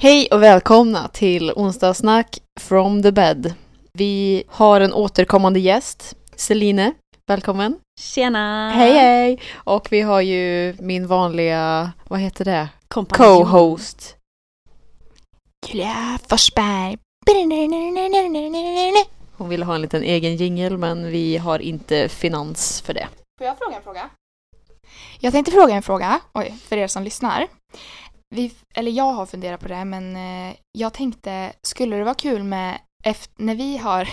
Hej och välkomna till onsdagssnack from the bed. Vi har en återkommande gäst, Celine. Välkommen. Tjena! Hej hej! Och vi har ju min vanliga, vad heter det? Kompanjon. Co-host. Julia Forsberg. Hon ville ha en liten egen jingle, men vi har inte finans för det. Får jag fråga en fråga? Jag tänkte fråga en fråga, för er som lyssnar. Jag har funderat på det, men jag tänkte, skulle det vara kul med när vi har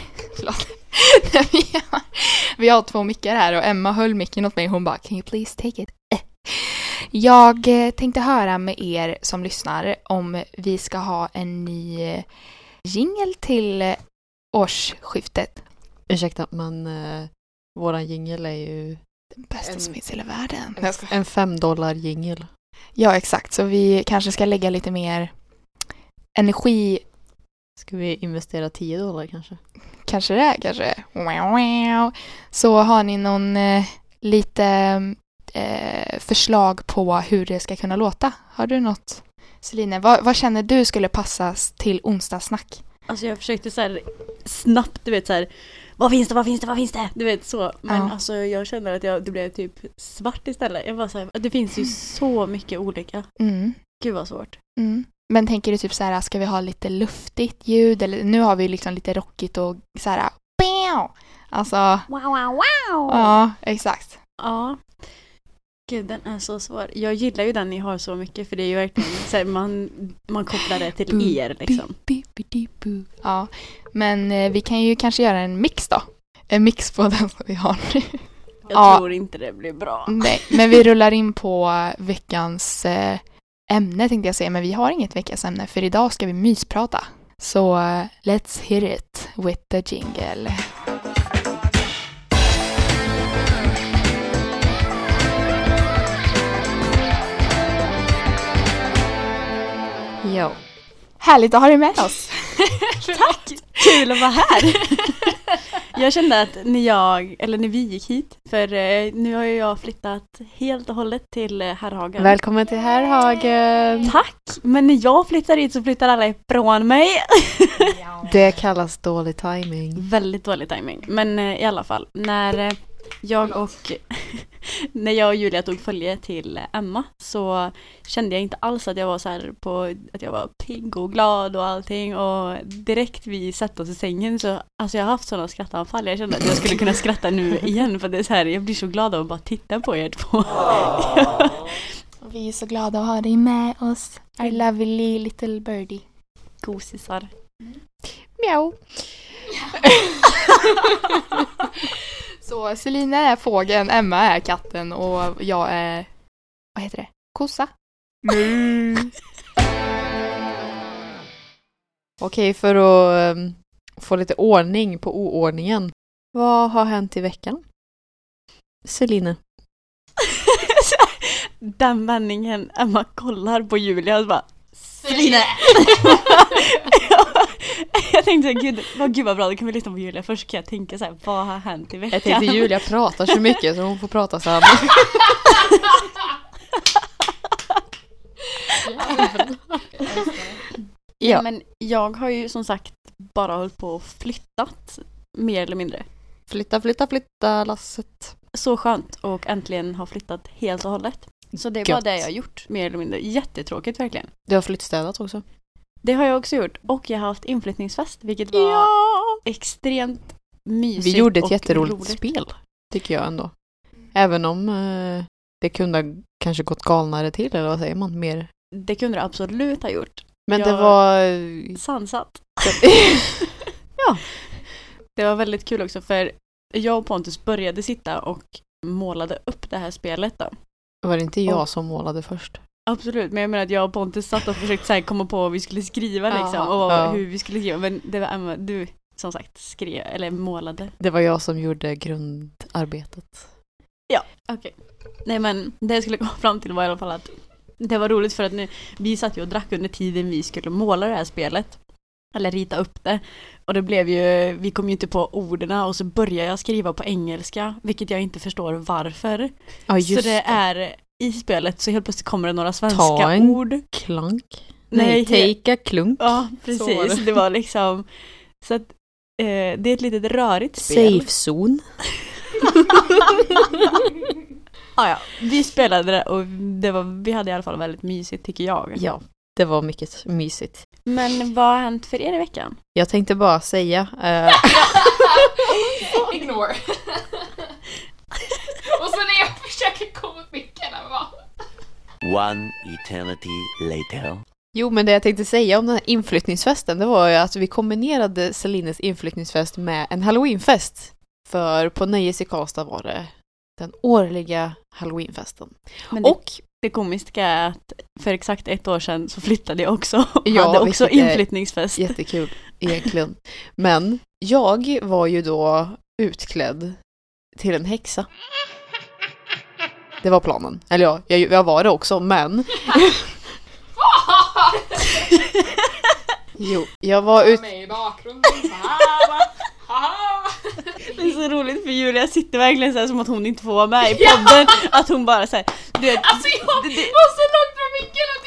vi har 2 mickar här och Emma höll micken åt mig och hon bara, can you please take it? Jag tänkte höra med er som lyssnar om vi ska ha en ny jingle till årsskiftet. Ursäkta, men våran jingle är ju Den bästa som finns i hela världen. en $5 jingle. Ja, exakt. Så vi kanske ska lägga lite mer energi. Ska vi investera $10 kanske? Kanske. Wow. Så har ni någon lite förslag på hur det ska kunna låta? Har du något, Celine? Vad känner du skulle passa till onsdagssnack? Alltså jag försökte så här snabbt, du vet så här, vad finns det? Du vet så. Men alltså jag känner att det blev typ svart istället. Jag var så här, det finns ju så mycket olika. Gud vad svårt. Men tänker du typ så här, ska vi ha lite luftigt ljud? Eller nu har vi liksom lite rockigt och så här, alltså. Wow. Ja, exakt. Ja. Gud, den är så svår. Jag gillar ju den ni har så mycket, för det är ju verkligen så här, man kopplar det till er liksom. Ja, men vi kan ju kanske göra en mix då. En mix på den som vi har nu. Jag tror inte det blir bra. Nej, men vi rullar in på veckans ämne tänkte jag säga. Men vi har inget veckans ämne, för idag ska vi mysprata. Så let's hit it with the jingle. Ja. Härligt att ha dig med oss. Tack! Kul att vara här. Jag kände att när vi gick hit, för nu har jag flyttat helt och hållet till Herrhagen. Välkommen till Herrhagen. Tack! Men när jag flyttar hit så flyttar alla ifrån mig. Det kallas dålig timing. Väldigt dålig timing. Men i alla fall, när jag och Julia tog följe till Emma så kände jag inte alls att jag var så här att jag var pigg och glad och allting, och direkt vi satte oss i sängen så alltså jag har haft sådana skrattanfall. Jag kände att jag skulle kunna skratta nu igen, för det är så här, jag blir så glad av att bara titta på er två. Vi är så glada att ha dig med oss. Our lovely little birdie. Gosisar. Mjau. Så Celine är fågeln, Emma är katten och jag är, vad heter det? Kossa. Okej, för att få lite ordning på oordningen. Vad har hänt i veckan? Celine. Den vändningen, Emma kollar på Julia och bara, Celine! Jag tänkte, gud vad bra, då kan vi lyssna på Julia. Först kan jag tänka så här, vad har hänt i veckan? Jag tänkte Julia pratar så mycket så hon får prata så här. Ja. Men jag har ju som sagt bara hållit på och flyttat, mer eller mindre. Flytta lasset. Så skönt, och äntligen har flyttat helt och hållet. Så det är bara det jag har gjort, mer eller mindre. Jättetråkigt verkligen. Du har flyttstädat också. Det har jag också gjort, och jag har haft inflyttningsfest, vilket var extremt mysigt. Vi gjorde ett och jätteroligt roligt spel, tycker jag ändå. Även om det kunde ha kanske gått galnare till, eller vad säger man mer? Det kunde det absolut ha gjort. Men det var sansat. Ja. Det var väldigt kul också, för jag och Pontus började sitta och målade upp det här spelet då. Var det inte jag som målade först? Absolut, men jag menar att jag och Pontus satt och försökte så här komma på vad vi skulle skriva liksom, och hur vi skulle skriva, men det var Emma, du som sagt skrev eller målade. Det var jag som gjorde grundarbetet. Ja, okej. Nej, men det jag skulle komma fram till var i alla fall att det var roligt, för att vi satt ju och drack under tiden vi skulle måla det här spelet. Eller rita upp det. Och det blev ju, vi kom ju inte på orden, och så började jag skriva på engelska, vilket jag inte förstår varför. Ja, just så det är i spelet så helt plötsligt kommer det några svenska Ta en ord. Klank. Nej, take a klunk. Ja, Så var precis. det. Det var liksom så att det är ett litet rörigt spel. Safe zone. Ja, vi spelade det och vi hade i alla fall väldigt mysigt tycker jag. Ja, det var mycket mysigt. Men vad har hänt för er i veckan? Jag tänkte bara säga... Ignore. Och så när jag försöker komma åt micken va? One eternity later. Jo, men det jag tänkte säga om den här inflyttningsfesten, det var ju att vi kombinerade Celines inflyttningsfest med en Halloweenfest. För på Nöjes i Karlstad var det den årliga Halloweenfesten. Men Och det komiska är att för exakt 1 år sedan så flyttade jag också. Ja, hade också vilket är inflyttningsfest. jättekul egentligen. Men jag var ju då utklädd till en häxa. Det var planen. Eller ja, jag var det också, men... Jo, jag var Med i bakgrunden. Det är så roligt för Julia sitter verkligen så här som att hon inte får vara med i podden. Att hon bara så här, du vet, Alltså jag var så långt från micken att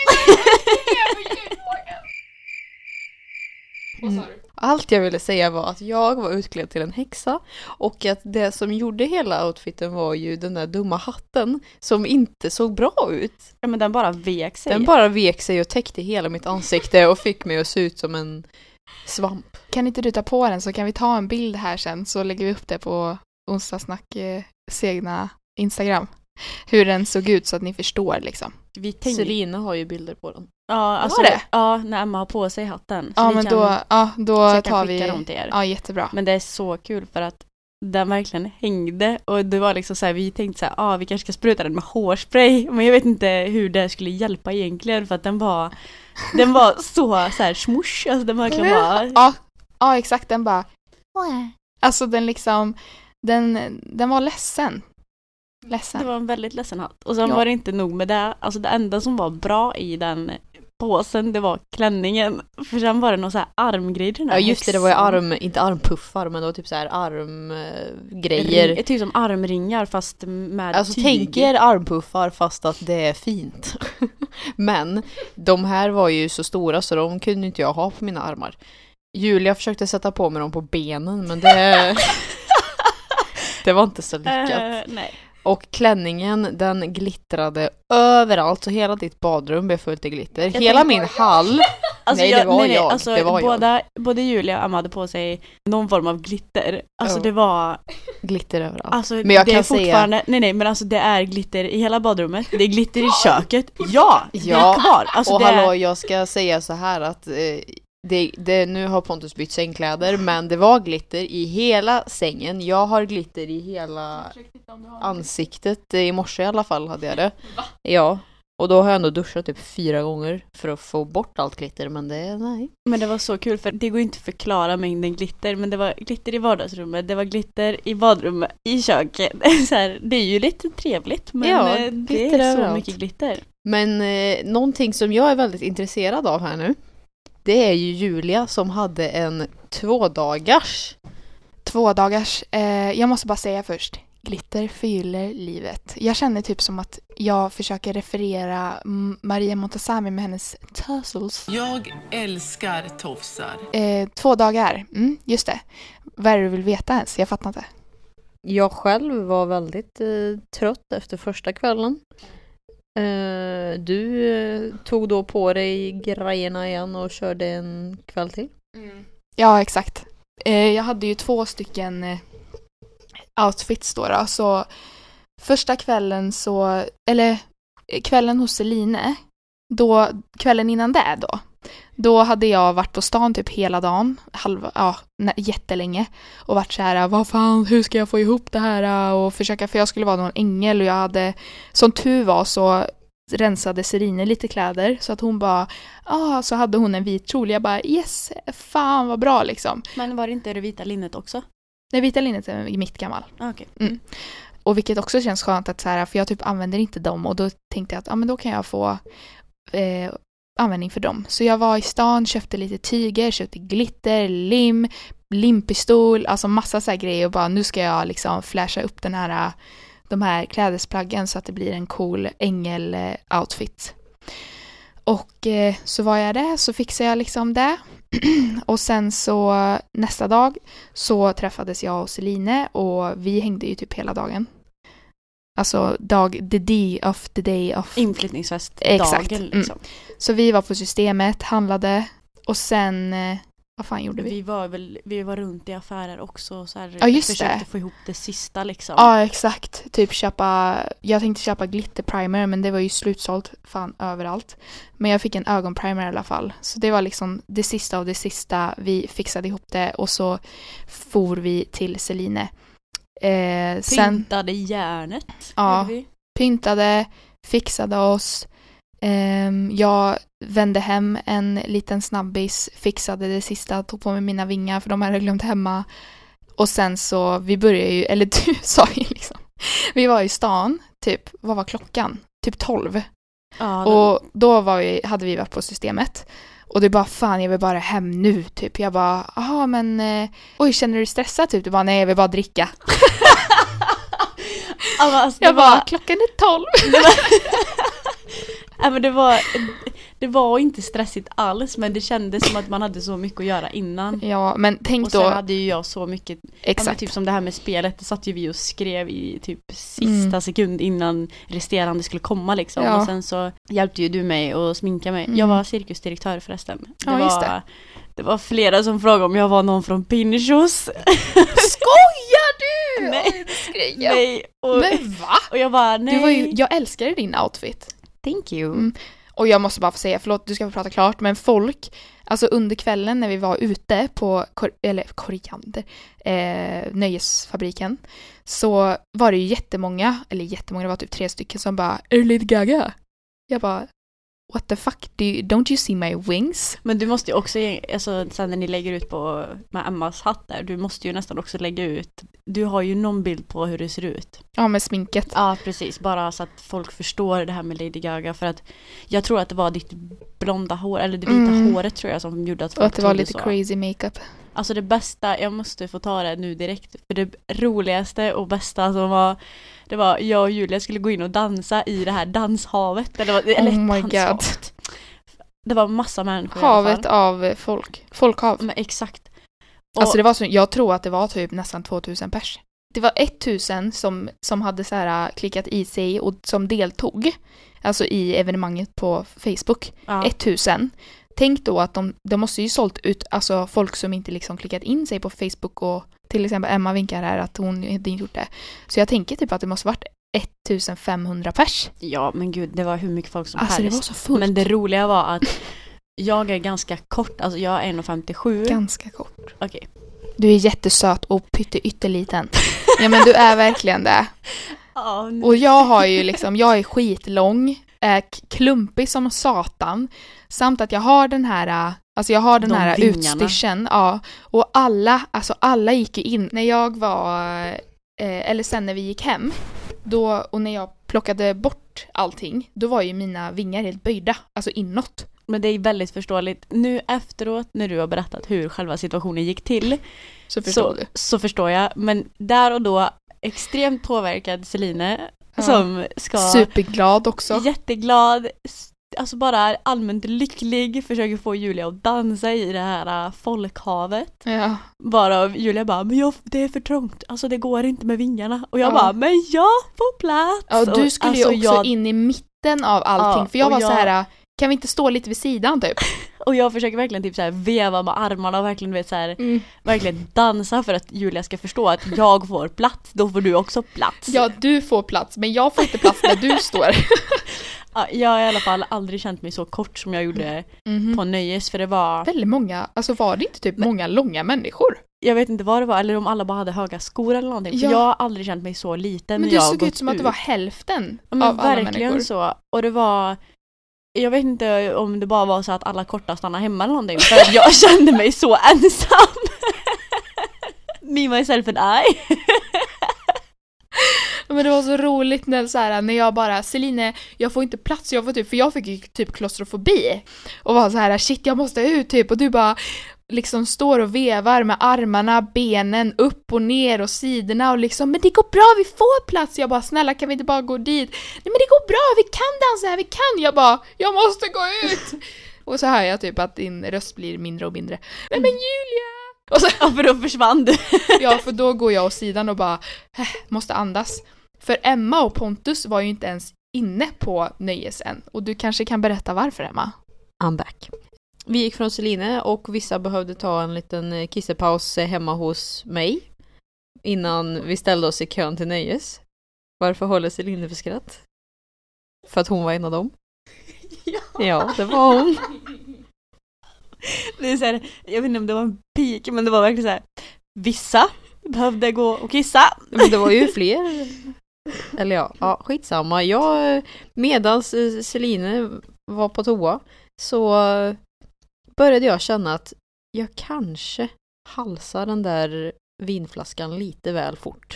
Vad sa du? Allt jag ville säga var att jag var utklädd till en häxa och att det som gjorde hela outfiten var ju den där dumma hatten som inte såg bra ut. Ja, men den bara vek sig. Den bara vek sig och täckte hela mitt ansikte och fick mig att se ut som en svamp. Kan inte du ta på den så kan vi ta en bild här sen så lägger vi upp det på onsdagssnack egna Instagram. Hur den såg ut så att ni förstår liksom. Vi tänkte, Selina har ju bilder på den. ja, alltså, Var det? ja, när Emma har på sig hatten. Så Ja vi men kan, då så jag kan tar skicka vi... dem till er. Ja jättebra. Men det är så kul för att den verkligen hängde och det var liksom så här, vi tänkte så här, vi kanske ska spruta den med hårspray, men jag vet inte hur det skulle hjälpa egentligen för att den var så här smush, alltså den verkligen bara Ja exakt, den bara... Alltså den liksom... Den var ledsen. det var en väldigt ledsen hatt. Och sen Ja. var det inte nog med det, alltså det enda som var bra i den påsen, det var klänningen. För sen var det någon så här armgrej i den här Ja just det, det var ju häxan. inte armpuffar men det var typ så här armgrejer. Typ som armringar fast med Alltså tyg. tänk er armpuffar fast att det är fint. Men de här var ju så stora så de kunde inte jag ha på mina armar. Julia försökte sätta på mig dem på benen men det var inte så lyckat. Nej. Och klänningen, den glittrade överallt så hela ditt badrum blev fullt i glitter. Hela min hall. Alltså Nej, det var jag. Alltså, Det var jag. både Julia och Emma hade på sig någon form av glitter. Alltså Ja. det var... Glitter överallt. Alltså Men jag det kan är fortfarande... säga... Nej, men alltså det är glitter i hela badrummet. Det är glitter i köket. Ja, det Ja. är kvar. Alltså, Och det hallå, är... jag ska säga så här att nu har Pontus bytt sängkläder men det var glitter i hela sängen. Jag har glitter i hela ansiktet. I morse i alla fall hade jag det. Va? Ja. Och då har jag ändå duschat typ 4 gånger för att få bort allt glitter. Men nej. Men det var så kul för det går inte att förklara mängden glitter. Men det var glitter i vardagsrummet, det var glitter i badrummet, i köket. Så här, det är ju lite trevligt men Ja, det glitter är så överallt. mycket glitter. Men någonting som jag är väldigt intresserad av här nu. Det är ju Julia som hade en 2 dagars. 2 dagars. Jag måste bara säga först. Glitter förgyller livet. Jag känner typ som att jag försöker referera Maria Montazami med hennes tassels. Jag älskar tofsar. 2 dagar. Just det. Vad är det du vill veta ens? Jag fattar inte. Jag själv var väldigt trött efter första kvällen. Du tog då på dig grejerna igen och körde en kväll till. Ja, exakt. Jag hade ju 2 stycken outfits då. Så första kvällen kvällen hos Celine, då, kvällen innan det då hade jag varit på stan typ hela dagen, jättelänge och varit så här, vad fan, hur ska jag få ihop det här och försöka, för jag skulle vara någon ängel och jag hade, som tur var så rensade Celine lite kläder så att hon bara, så hade hon en vit kjol, jag bara, yes, fan vad bra liksom. Men var det inte det vita linnet också? Det vita linnet är mitt gammal. Okej. Och vilket också känns skönt att så här, för jag typ använder inte dem och då tänkte jag att men då kan jag få användning för dem. Så jag var i stan, köpte lite tyger, köpte glitter, limpistol, alltså massa så här grejer och bara nu ska jag liksom flasha upp de här klädesplaggen så att det blir en cool ängel-outfit. Och så var jag det, så fixade jag liksom det. Och sen så nästa dag så träffades jag och Celine och vi hängde ju typ hela dagen. Alltså the day of inflyttningsfestdagen liksom. Så vi var på Systemet, handlade och sen vad fan gjorde vi? Vi var runt i affärer också så här, ja, just försökte det. få ihop det sista liksom. Ja, exakt. Typ jag tänkte köpa glitterprimer men det var ju slutsålt fan överallt. Men jag fick en ögonprimer i alla fall. Så det var liksom det sista av det sista. Vi fixade ihop det och så for vi till Celine. Pyntade järnet. Ja, pyntade, fixade oss. Jag vände hem en liten snabbis, fixade det sista, tog på mig mina vingar för de hade glömt hemma. Och sen så, vi började ju, eller du sa ju liksom, vi var i stan, typ, vad var klockan? Typ 12. Ja, och då hade vi varit på Systemet. Och det bara, fan jag vill bara hem nu, typ. Jag bara, jaha men, oj känner du stressad typ? Du bara, nej jag vill bara dricka. Alltså, jag bara, klockan är 12. Ja, men det var inte stressigt alls, men det kändes som att man hade så mycket att göra innan. Ja, men tänk och då. Och sen hade ju jag så mycket, exakt. Ja, typ som det här med spelet, det satt ju vi och skrev i typ sista sekund innan resterande skulle komma liksom. Ja. Och sen så hjälpte ju du mig att sminka mig. Jag var cirkusdirektör förresten. Det var flera som frågade om jag var någon från Pinchos. Skojar du? Nej. Nej. Men va? Och jag bara, nej. Jag älskade din outfit. Thank you. Och jag måste bara få säga, förlåt du ska få prata klart, men folk, alltså under kvällen när vi var ute på Koriander, nöjesfabriken, så var det ju jättemånga, det var typ 3 stycken som bara, är det Lady Gaga? Jag bara, what the fuck, don't you see my wings? Men du måste ju också, alltså, sen när ni lägger ut på med Emmas hatt där, du måste ju nästan också lägga ut, du har ju någon bild på hur det ser ut. Ja, med sminket. Ja, precis, bara så att folk förstår det här med Lady Gaga, för att jag tror att det var ditt blonda hår, eller det vita håret tror jag som gjorde att folk. Och att det var lite så. Crazy makeup. Alltså det bästa, jag måste få ta det nu direkt, för det roligaste och bästa som var, det var jag och Julia skulle gå in och dansa i det här danshavet. Eller my god. Det var massa människor. Havet av folk. Folkhav. Men exakt. Alltså det var så, jag tror att det var typ nästan 2000 pers. Det var 1000 som hade så här klickat i sig och som deltog. Alltså i evenemanget på Facebook. Ja. 1000. Tänk då att de måste ju sålt ut, alltså folk som inte liksom klickat in sig på Facebook, och till exempel Emma vinkar här att hon inte gjort det. Så jag tänker typ att det måste varit 1500 pers. Ja, men gud, det var hur mycket folk som helst. Alltså det var så fullt. Men det roliga var att jag är ganska kort, alltså jag är 1,57. Ganska kort. Okej. Du är jättesöt och ytterliten. Ja, men du är verkligen det. Oh, och jag har ju liksom, jag är skitlång, klumpig som satan, samt att jag har den här, alltså jag har den här utstyrseln, ja, och alla gick ju in när jag var eller sen när vi gick hem då, och när jag plockade bort allting, då var ju mina vingar helt böjda, alltså inåt. Men det är väldigt förståeligt. Nu efteråt, när du har berättat hur själva situationen gick till, så förstår jag. Men där och då, extremt påverkad Celine, som ska... Superglad också. Jätteglad. Alltså bara allmänt lycklig. Försöker få Julia att dansa i det här folkhavet. Ja. Bara Julia bara, men det är för trångt. Alltså det går inte med vingarna. Och jag bara, men jag får plats. Ja, och du skulle ju också in i mitten av allting. För jag var så här, kan vi inte stå lite vid sidan typ? Och jag försöker verkligen typ så här veva med armarna och verkligen vet så här, verkligen dansa för att Julia ska förstå att jag får plats, då får du också plats. Ja, du får plats, men jag får inte plats när du står. Ja, jag har i alla fall aldrig känt mig så kort som jag gjorde på nöjes, för det var väldigt många, alltså var det inte typ många långa människor? Jag vet inte vad det var, eller om alla bara hade höga skor eller någonting. För jag har aldrig känt mig så liten. Men det såg ut som att det var hälften av alla människor. Verkligen så. Och det var, jag vet inte om det bara var så att alla korta stannade hemma eller någonting. För att jag kände mig så ensam. Me, myself and I. Men det var så roligt när jag bara, Celine, jag får inte plats, för jag fick ju typ klaustrofobi. Och var så här, shit jag måste ut typ. Och du bara, liksom står och vevar med armarna, benen upp och ner och sidorna och liksom, men det går bra, vi får plats. Jag bara, snälla kan vi inte bara gå dit? Nej men det går bra, vi kan dansa här, vi kan. Jag bara, jag måste gå ut. Och så hör jag typ att din röst blir mindre och mindre. Men Julia! Och så, Ja, för då försvann du. ja, för då går jag åt sidan och bara måste andas. För Emma och Pontus var ju inte ens inne på nöjes än. Och du kanske kan berätta varför, Emma? I'm back. Vi gick från Celine och vissa behövde ta en liten kissepaus hemma hos mig innan vi ställde oss i kön till nöjes. Varför håller Celine för skratt? För att hon var en av dem. Ja, det var hon. Det är så här, jag vet inte om det var en pik, men det var verkligen så här. Vissa behövde gå och kissa. Men det var ju fler. Eller ja, skitsamma. Medans Celine var på toa så började jag känna att jag kanske halsar den där vinflaskan lite väl fort.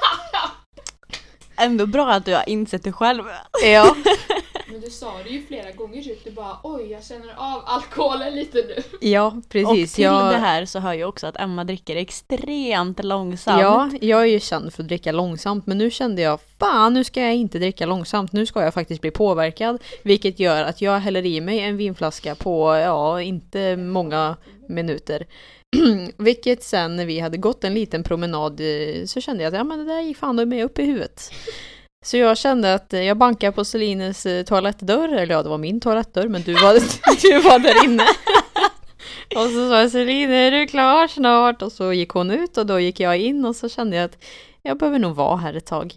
Ändå bra att du har insett det själv. Ja. Men du sa det ju flera gånger typ, du bara, oj jag känner av alkoholen lite nu. Ja, precis. Och till det här så hör jag också att Emma dricker extremt långsamt. Ja, jag är ju känd för att dricka långsamt, men nu kände jag, fan nu ska jag inte dricka långsamt, nu ska jag faktiskt bli påverkad, vilket gör att jag häller i mig en vinflaska på, inte många minuter. Vilket sen när vi hade gått en liten promenad så kände jag att men det där gick fan med upp i huvudet. Så jag kände att jag bankade på Celines toalettdörr, eller ja, det var min toalettdörr, men du var där inne. Och så sa jag, Celine, är du klar snart? Och så gick hon ut och då gick jag in och så kände jag att jag behöver nog vara här ett tag.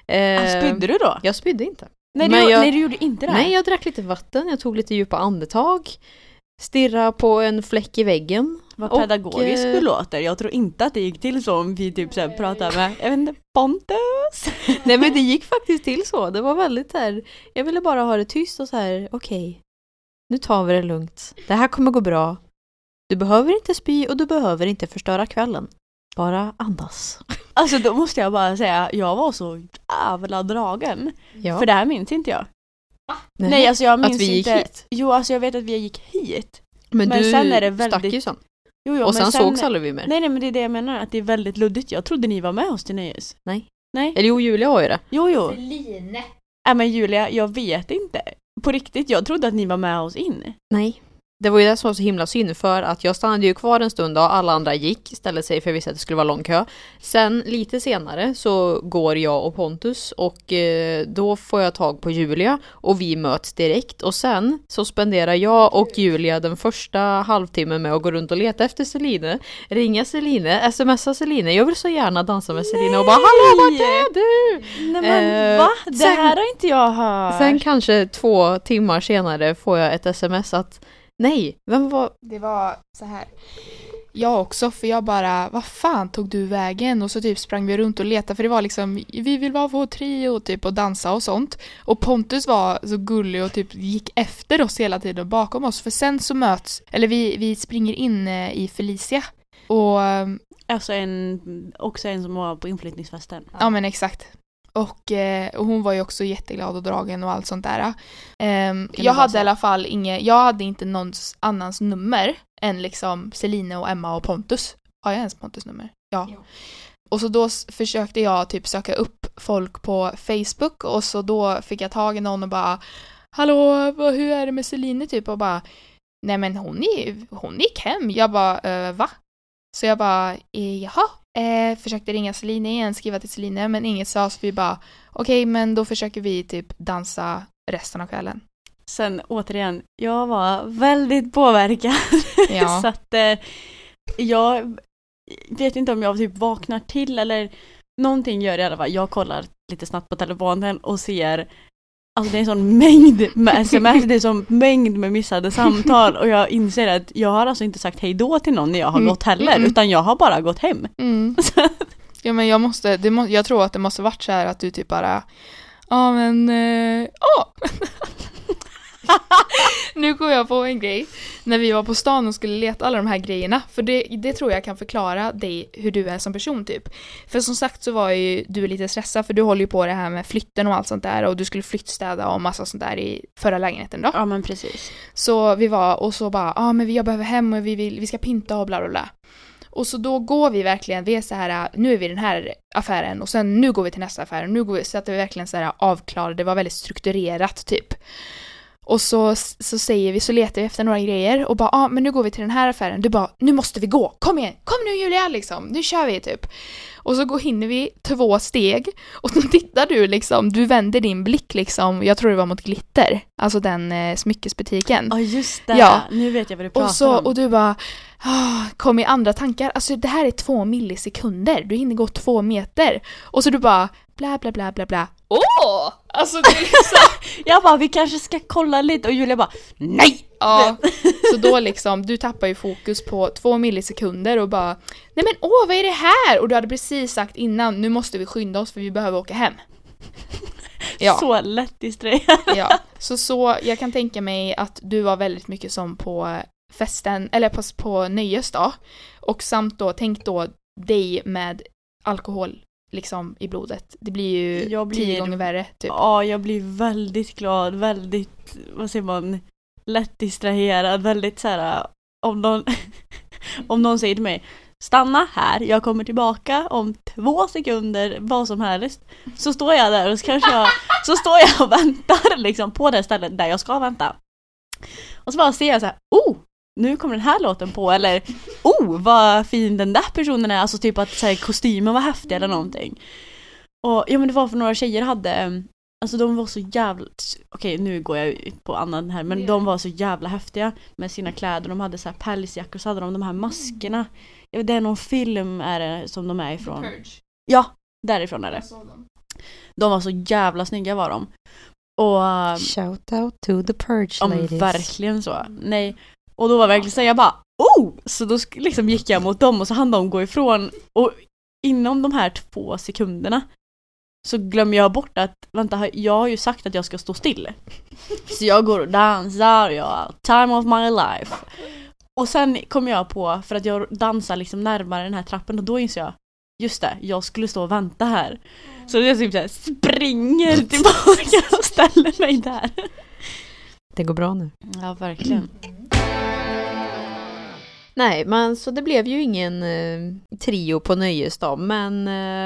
Spydde du då? Jag spydde inte. Nej, du gjorde inte det. Nej, jag drack lite vatten, jag tog lite djupa andetag, stirra på en fläck i väggen. Vad pedagogiskt du låter. Jag tror inte att det gick till så om vi typ så här pratade med, jag vet inte, Pontus. Nej, men det gick faktiskt till så. Det var väldigt här, jag ville bara ha det tyst och så här, okej, nu tar vi det lugnt. Det här kommer gå bra. Du behöver inte spy och du behöver inte förstöra kvällen. Bara andas. Alltså då måste jag bara säga, jag var så jävla dragen. Ja. För det här minns inte jag. Nej, alltså jag minns att vi gick inte. hit. Jo, alltså jag vet att vi gick hit. Men du sen är det väldigt... stack ju sen. Jo, och sen sågs aldrig vi mer. Nej, men det är det jag menar, att det är väldigt luddigt. Jag trodde ni var med oss till nöjes. Nej. Nej. Eller jo, Julia har ju det. Jo. Celine. Men Julia, jag vet inte. På riktigt, jag trodde att ni var med oss in. Nej. Det var ju det som var så himla synd, för att jag stannade ju kvar en stund och alla andra gick, ställde sig för jag visste att det skulle vara lång kö. Sen lite senare så går jag och Pontus och då får jag tag på Julia och vi möts direkt. Och sen så spenderar jag och Julia den första halvtimmen med att gå runt och leta efter Celine, ringa Celine, smsa Celine. Jag vill så gärna dansa med Celine och bara, hallå, vart är du? Nej men va? Det här har inte jag hört. Sen kanske 2 timmar senare får jag ett sms att nej, vem var... Det var så här. Jag också, för jag bara, vad fan tog du vägen? Och så typ sprang vi runt och letade, för det var liksom, vi vill vara vår trio typ och dansa och sånt. Och Pontus var så gullig och typ gick efter oss hela tiden bakom oss. För sen så möts, eller vi springer in i Felicia. Och... Alltså också en som var på inflyttningsfesten. Ja men exakt. Och hon var ju också jätteglad och dragen och allt sånt där. Jag hade i alla fall jag hade inte någon annans nummer än liksom Celine och Emma och Pontus. Har jag ens Pontus nummer? Ja. Och så då försökte jag typ söka upp folk på Facebook och så då fick jag tag i någon och bara, hallå, hur är det med Celine typ? Och bara, nej men hon gick hem. Jag bara, va? Så jag bara, jaha. Försökte ringa Celine igen, skriva till Celine, men inget sa, så vi bara, okej, men då försöker vi typ dansa resten av kvällen. Sen återigen, jag var väldigt påverkad. Ja. Så att jag vet inte om jag typ vaknar till eller någonting gör i alla fall. Jag kollar lite snabbt på telefonen och ser, alltså det är en sån mängd med sms, det är en sån mängd med missade samtal och jag inser att jag har alltså inte sagt hej då till någon när jag har gått heller, utan jag har bara gått hem. Ja, men jag tror att det måste varit så här att du typ bara, Nu kom jag på en grej. När vi var på stan och skulle leta alla de här grejerna. För det tror jag kan förklara dig hur du är som person typ. För som sagt så var ju du lite stressad. För du håller ju på det här med flytten och allt sånt där. Och du skulle flyttstäda och massa sånt där i förra lägenheten då. Ja, men precis. Så vi var och så bara, men jag behöver hem och vi ska pynta och bla bla bla. Och så då går vi verkligen, vi är så här, nu är vi i den här affären och sen nu går vi till nästa affär och nu går vi, så att det var verkligen så här avklarade, det var väldigt strukturerat typ. Och så säger vi, så letar vi efter några grejer och bara, men nu går vi till den här affären. Du bara, nu måste vi gå, kom igen, kom nu Julia liksom, nu kör vi typ. Och så hinner vi 2 steg och då tittar du liksom, du vänder din blick liksom, jag tror det var mot Glitter, alltså den smyckesbutiken. Ja, just det. Ja. Nu vet jag vad du pratar om. Och du bara, kom i andra tankar. Alltså det här är 2 millisekunder. Du hinner gå 2 meter. Och så du bara, bla bla bla bla bla. Alltså det är liksom... Jag bara, vi kanske ska kolla lite. Och Julia bara, nej! Ja, så då liksom, du tappar ju fokus på 2 millisekunder och bara, nej men vad är det här? Och du hade precis sagt innan, nu måste vi skynda oss för vi behöver åka hem. Ja. Så lätt distraherad. Ja, så jag kan tänka mig att du var väldigt mycket som på festen, eller på nöjesdag. Och samt då, tänk då dig med alkohol liksom i blodet. Det blir ju 10 gånger värre typ. Ja, jag blir väldigt glad, väldigt, vad säger man, lätt distraherad, väldigt så här, om någon säger till mig, stanna här, jag kommer tillbaka om 2 sekunder, vad som helst. Så står jag där och så står jag och väntar liksom på det stället där jag ska vänta. Och så bara ser jag så här, nu kommer den här låten på, eller vad fin den där personen är, alltså typ att så här, kostymen var häftig eller någonting. Och ja, men det var för några tjejer hade, alltså de var så jävla, okej, nu går jag ut på annan här, men de var så jävla häftiga med sina kläder. De hade så här pälsjackor och så hade de här maskerna. Det är någon film är det som de är ifrån. Ja, därifrån är det. De var så jävla snygga var de. Och shout out to the Purge ladies. Verkligen så. Nej. Och då var verkligen så jag bara, så då liksom gick jag mot dem och så hann de gå ifrån. Och inom de här 2 sekunderna så glömmer jag bort att, vänta, jag har ju sagt att jag ska stå still. Så jag går och dansar, time of my life. Och sen kom jag på, för att jag dansar liksom närmare den här trappen, och då inser jag, just det, jag skulle stå och vänta här. Så jag typ så här springer tillbaka och ställer mig där. Det går bra nu. Ja, verkligen. Nej, men så det blev ju ingen trio på nöjesdag, men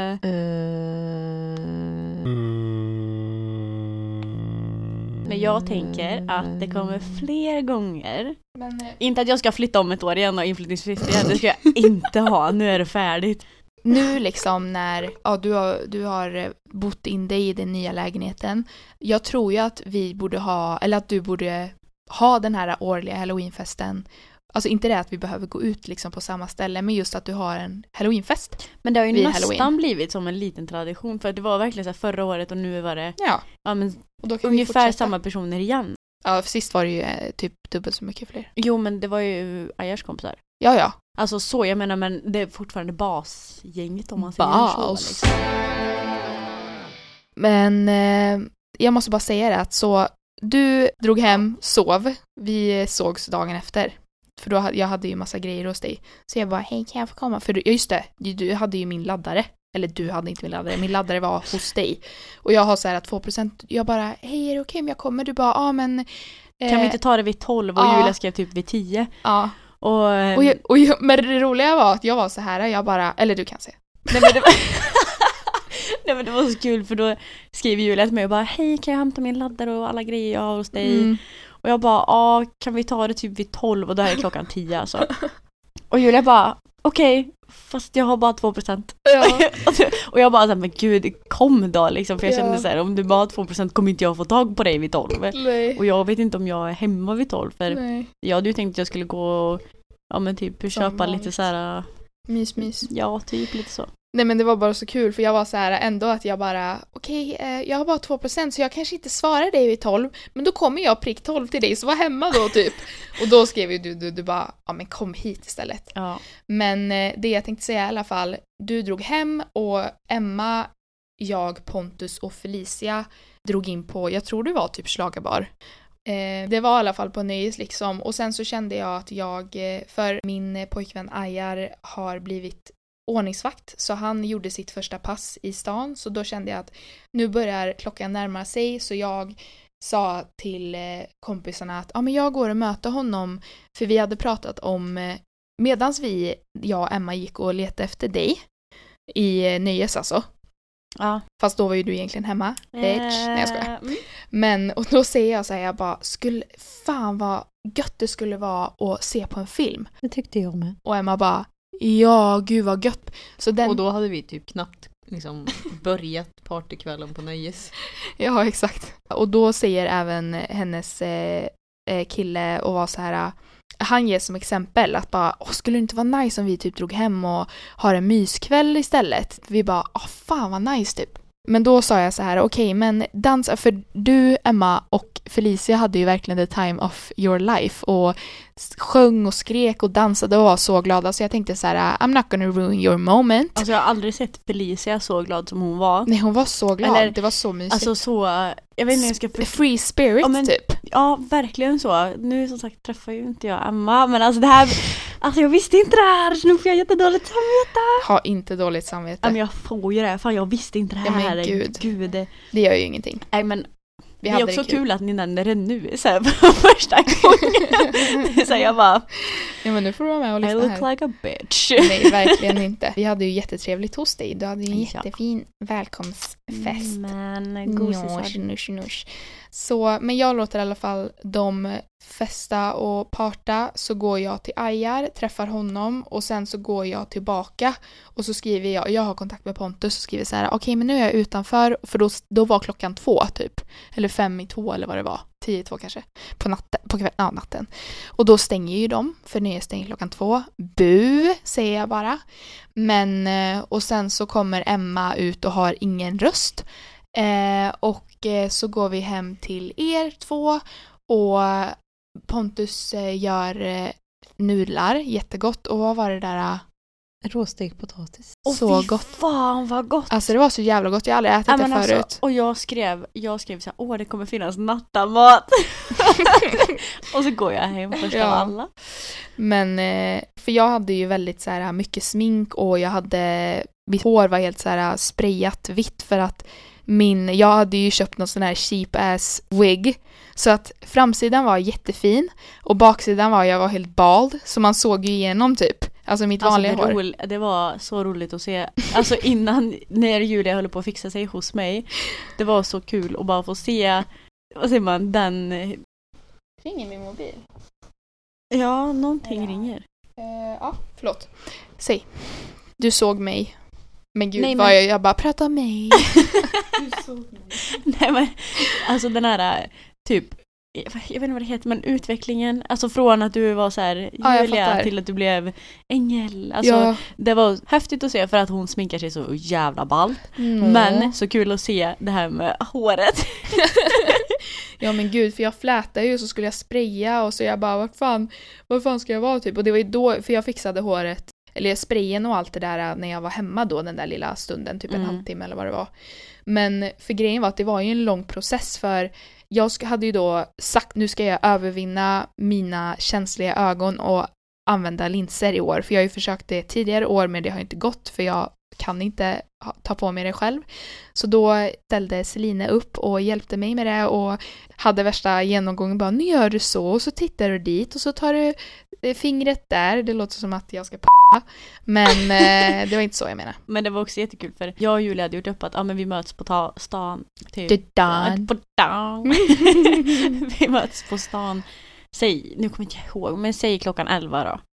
men jag tänker att det kommer fler gånger. Inte att jag ska flytta om ett år igen och inflyttningsfritt igen, det ska jag inte ha. Nu är det färdigt. Nu liksom när du har bott in dig i den nya lägenheten. Jag tror ju att vi borde ha, eller att du borde ha den här årliga Halloweenfesten. Alltså inte det att vi behöver gå ut liksom på samma ställe, men just att du har en Halloweenfest. Men det har ju nästan blivit som en liten tradition, för det var verkligen så här förra året och nu var det men och då kan ungefär samma personer igen. Ja, för sist var det ju typ dubbelt så mycket fler. Jo, men det var ju Ayers kompisar. Ja. Alltså så, jag menar, men det är fortfarande basgänget om man säger så. Liksom. Men jag måste bara säga det att så du drog hem, sov. Vi sågs dagen efter. För då jag hade ju massa grejer hos dig. Så jag bara, hej, kan jag få komma? För just det, du hade ju min laddare. Eller du hade inte min laddare. Min laddare var hos dig. Och jag har så här att 2%. Jag bara, hej, är det okej om jag kommer? Du bara, men... Kan vi inte ta det vid 12? Och Julia skrev typ vid 10. Ja. Men det roliga var att jag var så här. Jag bara, eller du kan se. Nej, men det var så kul, för då skrev Julia till mig och bara, hej, kan jag hämta min laddare och alla grejer jag har hos dig? Och jag bara, kan vi ta det typ vid 12? Och då är klockan 10 alltså. Och Julia bara, okej, fast jag har bara 2%. Ja. Och jag bara, men gud, kom då liksom. För jag kände så här, om du bara har 2% kommer inte jag få tag på dig vid 12. Nej. Och jag vet inte om jag är hemma vid 12. För jag hade ju tänkt att jag skulle gå och typ köpa lite så här mys. Ja, typ lite så. Nej, men det var bara så kul, för jag var så här ändå att jag bara, jag har bara 2% så jag kanske inte svarar dig vid 12, men då kommer jag prick 12 till dig, så var hemma då typ. Och då skrev ju du bara, men kom hit istället. Ja. Men det jag tänkte säga i alla fall, du drog hem och Emma, jag, Pontus och Felicia drog in på, jag tror det var typ Schlagerbar. Det var i alla fall på nöjes liksom. Och sen så kände jag att för min pojkvän Ajar har blivit ordningsvakt. Så han gjorde sitt första pass i stan. Så då kände jag att nu börjar klockan närma sig. Så jag sa till kompisarna att men jag går och möter honom. För vi hade pratat om, medans jag och Emma gick och letade efter dig i nöjes alltså. Ja. Fast då var ju du egentligen hemma. Nej, jag skojar. Men, och då säger jag så här, jag bara, fan vad gött det skulle vara att se på en film. Det tyckte jag med. Och Emma bara, ja gud vad gött. Och då hade vi typ knappt liksom börjat partykvällen på nöjes. Ja, exakt. Och då säger även hennes kille och var så här, han ger som exempel att bara, skulle det inte vara nice om vi typ drog hem och har en myskväll istället? Vi bara, fan vad nice typ. Men då sa jag så här, okej, men dansa, för du, Emma och Felicia hade ju verkligen the time of your life och sjöng och skrek och dansade och var så glada, så jag tänkte så här, I'm not gonna ruin your moment. Alltså jag har aldrig sett Felicia så glad som hon var. Nej, hon var så glad, det var så mysigt. Alltså så, jag vet inte hur jag ska free spirit typ. Ja, verkligen så. Nu som sagt träffar ju inte jag Emma, men alltså det här, alltså jag visste inte det här, så nu får jag jättedåligt samvete. Ha inte dåligt samvete. Men jag får ju det, fan jag visste inte det här. Ja, men gud. Det gör ju ingenting. Nej, men det är också kul att ni nämnde det nu så här, för första gången. Så jag bara, ja, men nu får du vara med och lyssna här. I look like a bitch. Nej, verkligen inte. Vi hade ju jättetrevligt hos dig. Du hade ju en jättefin välkomstfest. Men gosisar. Så, men jag låter i alla fall dem festa och parta, så går jag till Ajar, träffar honom och sen så går jag tillbaka och så skriver jag har kontakt med Pontus och skriver så här, okej, men nu är jag utanför, för då var klockan 2 typ, eller 5:50 eller vad det var, 10:50 kanske, på natten. Och då stänger ju de, för nu är stänger klockan 2. Bu, säger jag bara. Men, och sen så kommer Emma ut och har ingen röst. Och så går vi hem till er 2 och Pontus gör nudlar, jättegott. Och vad var det där? Råstekt potatis. Så gott. Fan vad gott. Alltså det var så jävla gott, jag har aldrig ätit det förut. Alltså, och jag skrev så här, det kommer finnas nattamat. Och så går jag hem först av alla. Men, för jag hade ju väldigt så här mycket smink och mitt hår var helt så här sprayat vitt för att jag hade ju köpt någon sån här cheap ass wig, så att framsidan var jättefin och baksidan jag var helt bald, så man såg ju igenom typ, alltså mitt vanliga hår. Det var så roligt att se, alltså innan, när Julia höll på att fixa sig hos mig, det var så kul att bara få se, vad säger man, den ringer min mobil. Ja, någonting ringer. Ja, förlåt. Säg. Du såg mig. Men gud, jag bara pratar om mig. Du såg mig. Nej, men alltså den här typ, jag vet inte vad det heter, men utvecklingen, alltså från att du var så här Julia till att du blev ängel. Alltså det var häftigt att se, för att hon sminkar sig så jävla ballt. Men så kul att se det här med håret. Ja, men gud, för jag flätade ju, så skulle jag spraya och så jag bara, vad fan ska jag vara typ? Och det var ju då, för jag fixade håret, eller sprayen och allt det där när jag var hemma då, den där lilla stunden, typ en halvtimme eller vad det var. Men för grejen var att det var ju en lång process, för jag hade ju då sagt, nu ska jag övervinna mina känsliga ögon och använda linser i år. För jag har ju försökt det tidigare år, men det har inte gått, för jag kan inte ta på mig det själv. Så då ställde Celine upp och hjälpte mig med det och hade värsta genomgången, bara, nu gör du så, och så tittar du dit och så tar du fingret där. Det låter som att jag ska men det var inte så jag menar. Men det var också jättekul, för jag och Julia hade gjort upp att men vi möts på stan typ. Vi möts på stan, nu kommer jag inte ihåg, men säg klockan 11 då.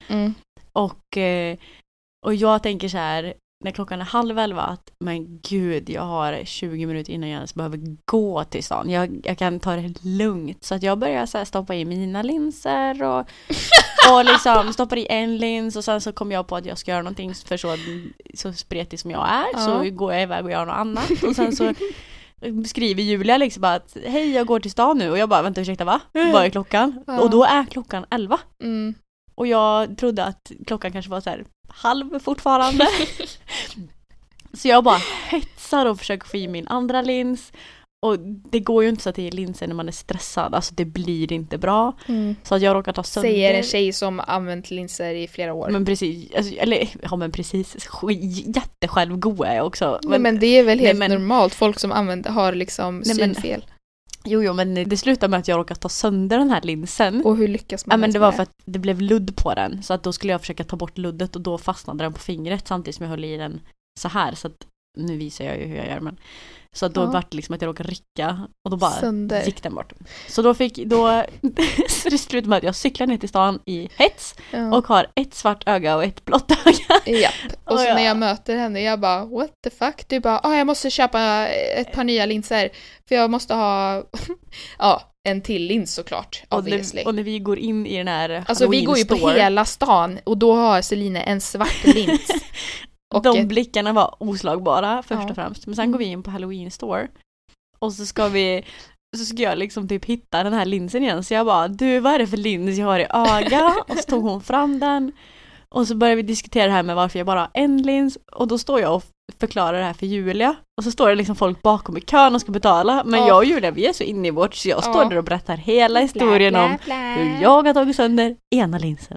Och jag tänker så här, när klockan är 10:30, att men gud, jag har 20 minuter innan jag ens behöver gå till stan. Jag kan ta det lugnt. Så att jag börjar så här stoppa i mina linser och liksom stoppar i en lins, och sen så kommer jag på att jag ska göra någonting, för så spretig som jag är, så går jag iväg och gör något annat. Och sen så skriver Julia liksom bara att hej, jag går till stan nu, och jag bara, vänta, ursäkta, va? Vad är klockan? Och då är klockan 11. Och jag trodde att klockan kanske var så här 10:30 fortfarande. Så jag bara hetsar och försöker få i min andra lins. Och det går ju inte så att det är linser när man är stressad. Alltså det blir inte bra. Så att jag råkar ta sönder. Säger en tjej som använt linser i flera år. Men precis, alltså, jättesjälvgod är jag också. Men det är väl helt normalt. Folk som har liksom synfel. Jo, men det slutar med att jag råkar ta sönder den här linsen. Och hur lyckas man? Men det var för att det blev ludd på den. Så att då skulle jag försöka ta bort luddet och då fastnade den på fingret samtidigt som jag höll i den så här. Så att nu visar jag ju hur jag gör, men så att då var det liksom att jag råkade rycka och då bara gick den bort. Så då så det slutade med att jag cyklar ner till stan i hets och har ett svart öga och ett blått öga. Japp. Och så när jag möter henne, jag bara, what the fuck? Du bara, jag måste köpa ett par nya linser för jag måste ha en till lins såklart. Och när vi går in i den här alltså vi går ju på hela stan och då har Celine en svart lins. Och de blickarna var oslagbara först och främst. Men sen går vi in på Halloween store. Och så ska jag liksom typ hitta den här linsen igen. Så jag bara, du, vad är det för lins jag har i öga? Och så tog hon fram den. Och så började vi diskutera det här med varför jag bara har en lins. Och då står jag och förklarar det här för Julia. Och så står det liksom folk bakom i kön och ska betala. Men jag och Julia, vi är så inne i vårt. Så jag står där och berättar hela historien om hur jag har tagit sönder ena linsen.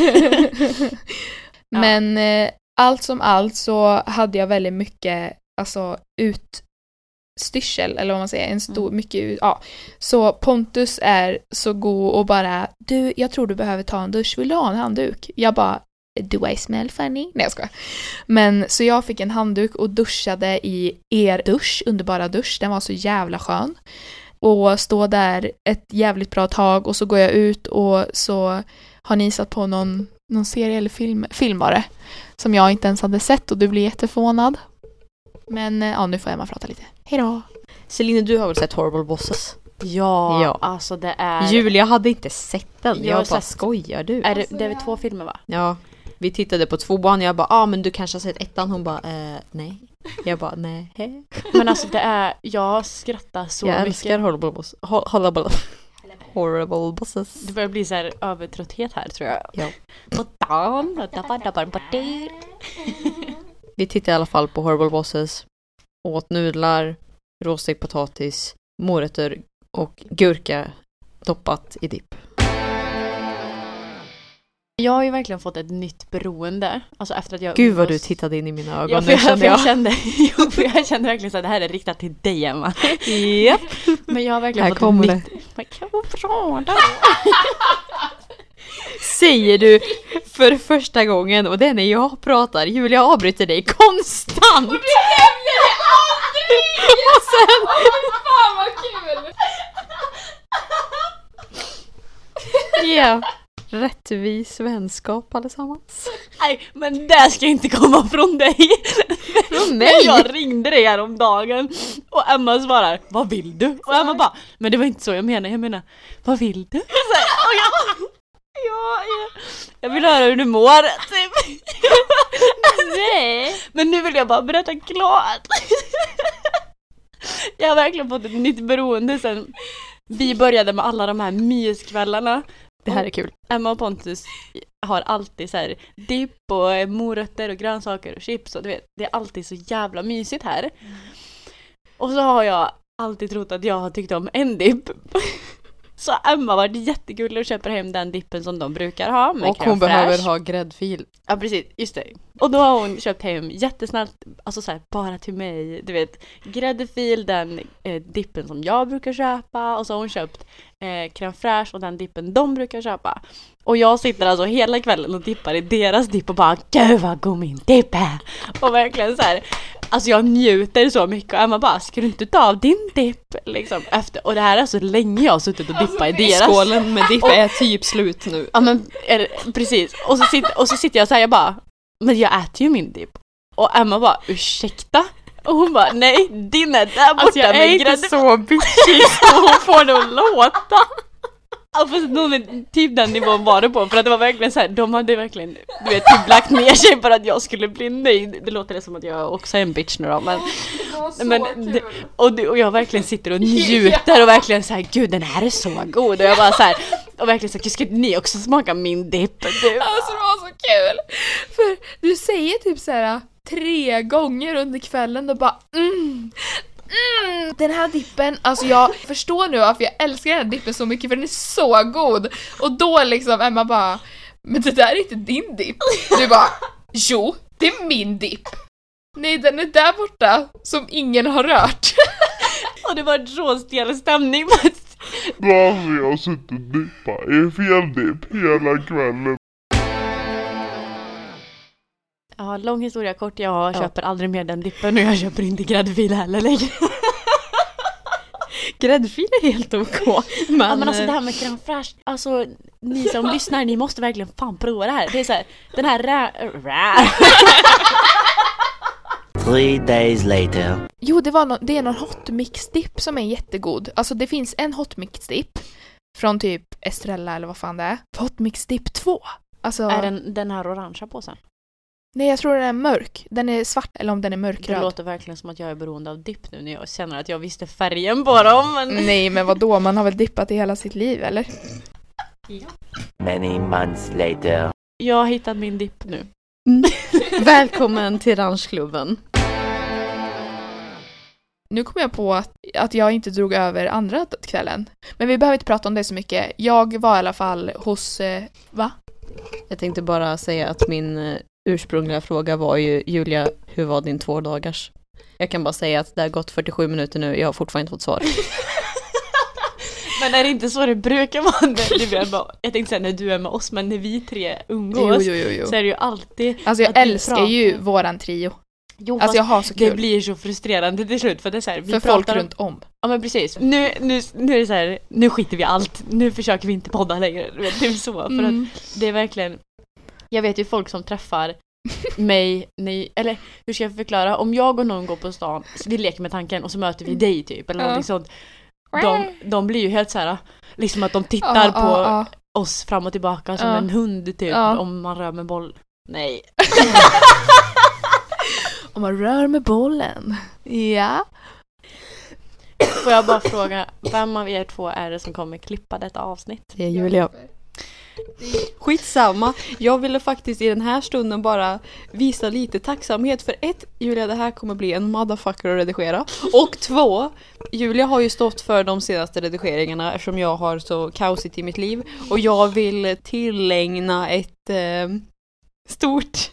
Men allt som allt så hade jag väldigt mycket utstyrsel, eller vad man säger, mycket. Så Pontus är så god och bara, du, jag tror du behöver ta en dusch, vill du ha en handduk? Jag bara, do I smell funny? Nej, jag skojar. Men så jag fick en handduk och duschade i er dusch, underbara dusch, den var så jävla skön. Och stå där ett jävligt bra tag och så går jag ut och så har ni satt på någon serie eller filmare som jag inte ens hade sett och du blir jätteförvånad. Men nu får Emma prata lite. Hejdå. Celine, du har väl sett Horrible Bosses? Ja, alltså det är... Julia hade inte sett den. Jag bara, skojar du? Det är väl 2 filmer, va? Ja, vi tittade på 2:an. Jag bara, men du kanske har sett 1:an. Hon bara, nej. Jag bara, nej. Men alltså jag skrattar så mycket. Jag älskar Horrible Bosses. Det börjar bli så här övertrötthet här, tror jag. Ja. Vi tittade i alla fall på Horrible Bosses. Åt nudlar, råstekt potatis, morötter och gurka doppat i dipp. Jag har ju verkligen fått ett nytt beroende. Alltså efter att jag... Gud vad du tittade in i mina ögon. Ja, för jag kände verkligen så att det här är riktat till dig, Emma. Japp. Men jag har verkligen här fått kommer ett nytt... Men kan jag prata? Säger du för första gången, och det är när jag pratar. Julia avbryter dig konstant. Och du nämner det aldrig! Och sen... fan vad kul! Ja. Rättvis vänskap allesammans. Nej, men det ska inte komma från dig. Från mig? Jag ringde dig här om dagen och Emma svarar, vad vill du? Och Emma bara, men det var inte så jag menar, vad vill du? Jag vill höra hur du mår typ. Nej. Men nu vill jag bara berätta klart. Jag har verkligen fått ett nytt beroende sen vi började med alla de här myskvällarna. Det här är kul. Emma och Pontus har alltid så här dipp och morötter och grönsaker och chips och du vet, det är alltid så jävla mysigt här. Och så har jag alltid trott att jag har tyckt om en dipp. Så Emma var jättegullig och köper hem den dippen som de brukar ha. Med och hon behöver ha gräddfil. Ja, precis. Just det. Och då har hon köpt hem jättesnällt, alltså så här, bara till mig. Du vet, gräddfil, den dippen som jag brukar köpa. Och så har hon köpt crème fraîche och den dippen de brukar köpa. Och jag sitter alltså hela kvällen och dippar i deras dipp och bara, gud vad god min dipp är. Och verkligen så här... Alltså jag njuter så mycket och Emma bara, ska du inte ta av din dipp? Liksom, efter. Och det här är så länge jag har suttit och dippat i deras. Skålen med dipp är typ slut nu. Ja men, precis. Och så sitter jag så här, jag bara, men jag äter ju min dipp. Och Emma bara, ursäkta? Och hon bara, nej, din är där borta. Alltså jag är inte så bitchig så hon får det att låta. Ja, fast någon typ den nivån var det på. För att det var verkligen så här, de hade verkligen, du vet, typ lagt ner sig för att jag skulle bli nöjd. Det låter det som att jag också är en bitch nu då. Och jag verkligen sitter och njuter och verkligen så här, gud den här är så god. Och jag bara så här, och verkligen så här, ska ni också smaka min dipp? Alltså det var så kul. För du säger typ så här 3 gånger under kvällen och bara Den här dippen, alltså jag förstår nu varför jag älskar den här dippen så mycket, för den är så god. Och då liksom Emma bara, men det där är inte din dipp. Du bara, jo, det är min dipp. Nej, den är där borta som ingen har rört. Och det var en råstel stämning. Då har jag suttit och dippat i fel dipp hela kvällen. Ja, lång historia kort. Jag köper aldrig mer den dippen och jag köper inte gräddfil heller längre. Gräddfil är helt ok. Men alltså det här med crème fraîche, alltså ni som lyssnar, ni måste verkligen fan prova det här. Det är så här, den här 3 days later. Jo, det är någon hotmix-dipp som är jättegod. Alltså det finns en hotmix-dipp från typ Estrella eller vad fan det är. Hotmix-dipp 2. Alltså, är den här orangea påsen? Nej, jag tror den är mörk. Den är svart eller om den är mörkröd. Det låter verkligen som att jag är beroende av dipp nu när jag känner att jag visste färgen på dem. Men... Nej, men vadå? Man har väl dippat i hela sitt liv, eller? Ja. Many months later. Jag har hittat min dipp nu. Välkommen till ranchklubben. Nu kom jag på att jag inte drog över andra kvällen. Men vi behöver inte prata om det så mycket. Jag var i alla fall hos... va? Jag tänkte bara säga att min ursprungliga fråga var ju, Julia, hur var din 2 dagars? Jag kan bara säga att det har gått 47 minuter nu. Jag har fortfarande inte fått svar. Men är det inte så det brukar vara? Jag tänkte säga när du är med oss, men när vi 3 umgås Jo. så är det ju alltid... Alltså jag älskar ju våran trio. Jo, alltså jag har så kul. Det blir så frustrerande till slut för det är så här, vi för folk runt om. Ja, men precis. Nu är det så här, nu skiter vi allt. Nu försöker vi inte podda längre. Det är så för att det är verkligen, jag vet ju folk som träffar mig, eller hur ska jag förklara, om jag och någon går på stan, vi leker med tanken och så möter vi dig typ eller någonting sånt. De blir ju helt så här, liksom att de tittar på oss fram och tillbaka som en hund typ om man rör med boll. Nej. Om man rör med bollen. Ja. Får jag bara fråga, vem av er 2 är det som kommer klippa detta avsnitt? Det är Julia. Skitsamma. Jag ville faktiskt i den här stunden bara visa lite tacksamhet för 1, Julia, det här kommer bli en motherfucker att redigera. Och 2, Julia har ju stått för de senaste redigeringarna eftersom jag har så kaosigt i mitt liv. Och jag vill tillägna ett stort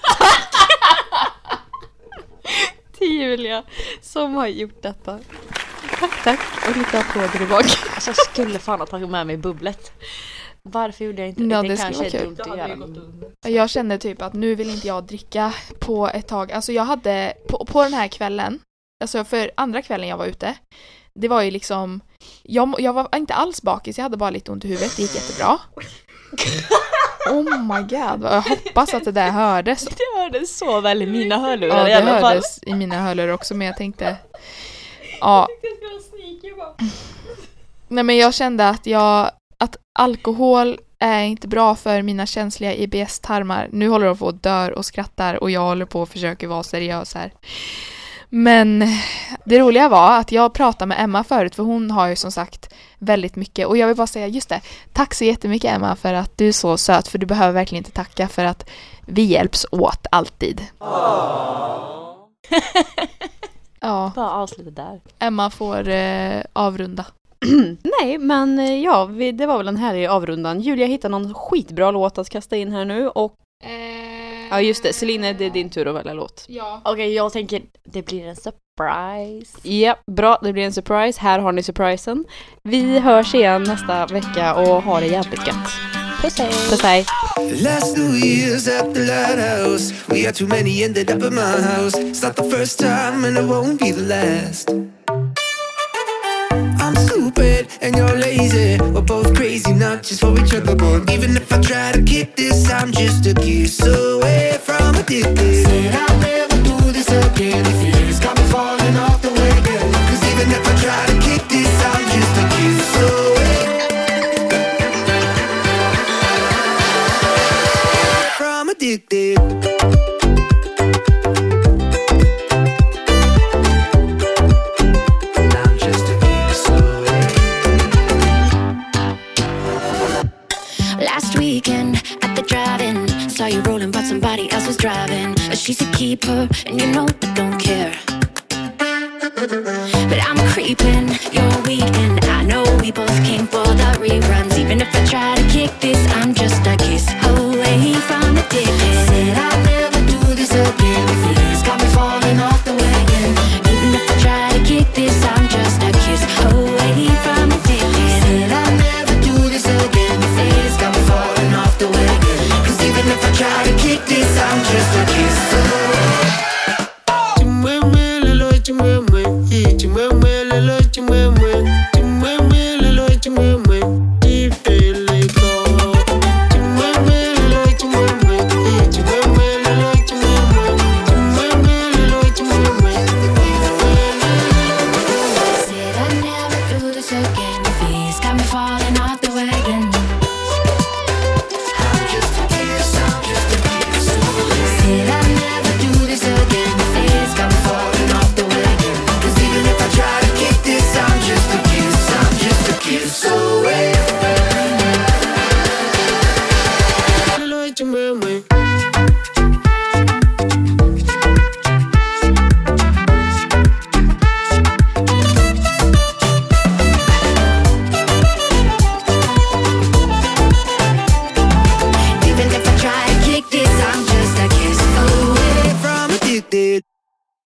till Julia som har gjort detta. Tack. Och lite applåder i bak. Alltså, jag skulle fan ha tagit med mig bubblet. Varför gjorde jag inte det? Ja, det kanske är dumt att göra. Jag kände typ att nu vill inte jag dricka på ett tag. Alltså jag hade på den här kvällen, alltså för andra kvällen jag var ute, det var ju liksom jag var inte alls bakis, jag hade bara lite ont i huvudet, det gick jättebra. Oh my god, jag hoppas att det där hördes. Det hördes så väl i mina hörlurar. Ja, det i alla fall. hördes i mina hörlurar också, men jag tänkte ja. Nej, men jag kände att alkohol är inte bra för mina känsliga IBS-tarmar. Nu håller de på att dör och skrattar och jag håller på att försöka vara seriös här. Men det roliga var att jag pratade med Emma förut, för hon har ju som sagt väldigt mycket. Och jag vill bara säga, just det, tack så jättemycket Emma för att du är så söt, för du behöver verkligen inte tacka för att vi hjälps åt alltid. Ja. Bara avsluta där. Emma får avrunda. Nej, men ja, det var väl en härlig avrundan. Julia hittade någon skitbra låt att kasta in här nu och ja, just det, Celine, det är din tur att välja låt. Ja. Okej, jag tänker det blir en surprise. Ja, bra, det blir en surprise. Här har ni surprisen. Vi hörs igen nästa vecka och ha det jävligt gött. Puss hej! Puss hej! Last New Year's at the lighthouse, we had too many ended up at my house. It's not the first time and it won't be the last. I'm stupid and you're lazy, we're both crazy, not just for each other, but even if I try to keep this, I'm just a kiss away from addicted. Said I'll never do this again, the fears got me falling off the wagon. Cause even if I try to keep this, I'm just a kiss away from addicted. Last weekend at the drive-in, saw you rolling but somebody else was driving. She's a keeper and you know I don't care. creeping, you're weak, and I know we both came for the reruns. Even if I try to kick this, I'm just a kiss away from addicted. Said I'll never do this again. Feelings got me falling off the wagon. Even if I try to kick this, I'm just a kiss away from addicted. Said I'll never do this again. Feelings got me falling off the wagon. 'Cause even if I try to kick this, I'm just a kiss away.